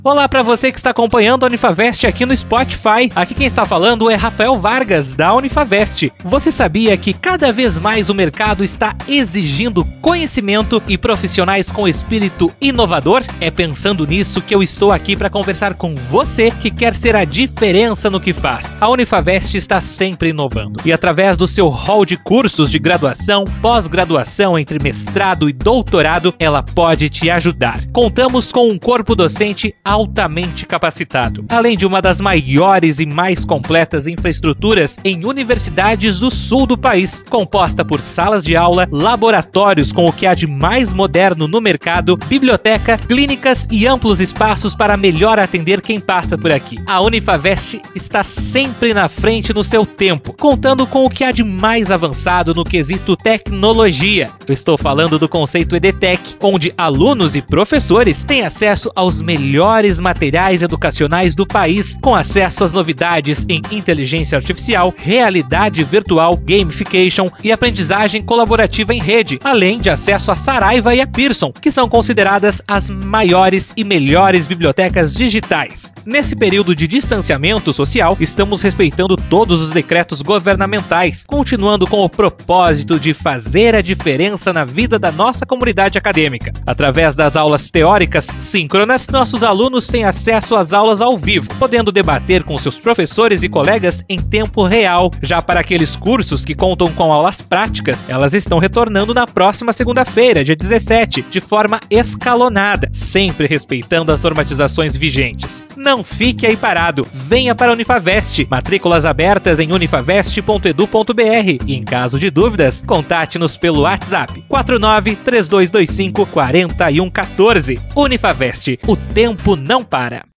Olá para você que está acompanhando a Unifavest aqui no Spotify. Aqui quem está falando é Rafael Vargas, da Unifavest. Você sabia que cada vez mais o mercado está exigindo conhecimento e profissionais com espírito inovador? É pensando nisso que eu estou aqui para conversar com você que quer ser a diferença no que faz. A Unifavest está sempre inovando e através do seu hall de cursos de graduação, pós-graduação entre mestrado e doutorado, ela pode te ajudar. Contamos com um corpo docente altamente capacitado, além de uma das maiores e mais completas infraestruturas em universidades do sul do país, composta por salas de aula, laboratórios com o que há de mais moderno no mercado, biblioteca, clínicas e amplos espaços para melhor atender quem passa por aqui. A Unifavest está sempre na frente no seu tempo, contando com o que há de mais avançado no quesito tecnologia. Eu estou falando do conceito EdTech, onde alunos e professores têm acesso aos melhores materiais educacionais do país, com acesso às novidades em inteligência artificial, realidade virtual, gamification e aprendizagem colaborativa em rede, além de acesso a Saraiva e a Pearson, que são consideradas as maiores e melhores bibliotecas digitais. Nesse período de distanciamento social, estamos respeitando todos os decretos governamentais, continuando com o propósito de fazer a diferença na vida da nossa comunidade acadêmica. Através das aulas teóricas síncronas, nossos alunos têm acesso às aulas ao vivo, podendo debater com seus professores e colegas em tempo real. Já para aqueles cursos que contam com aulas práticas, elas estão retornando na próxima segunda-feira, dia 17, de forma escalonada, sempre respeitando as normatizações vigentes. Não fique aí parado, venha para a Unifavest. Matrículas abertas em unifavest.edu.br e em caso de dúvidas, contate-nos pelo WhatsApp 49-3225-4114. Unifavest, o tempo não para.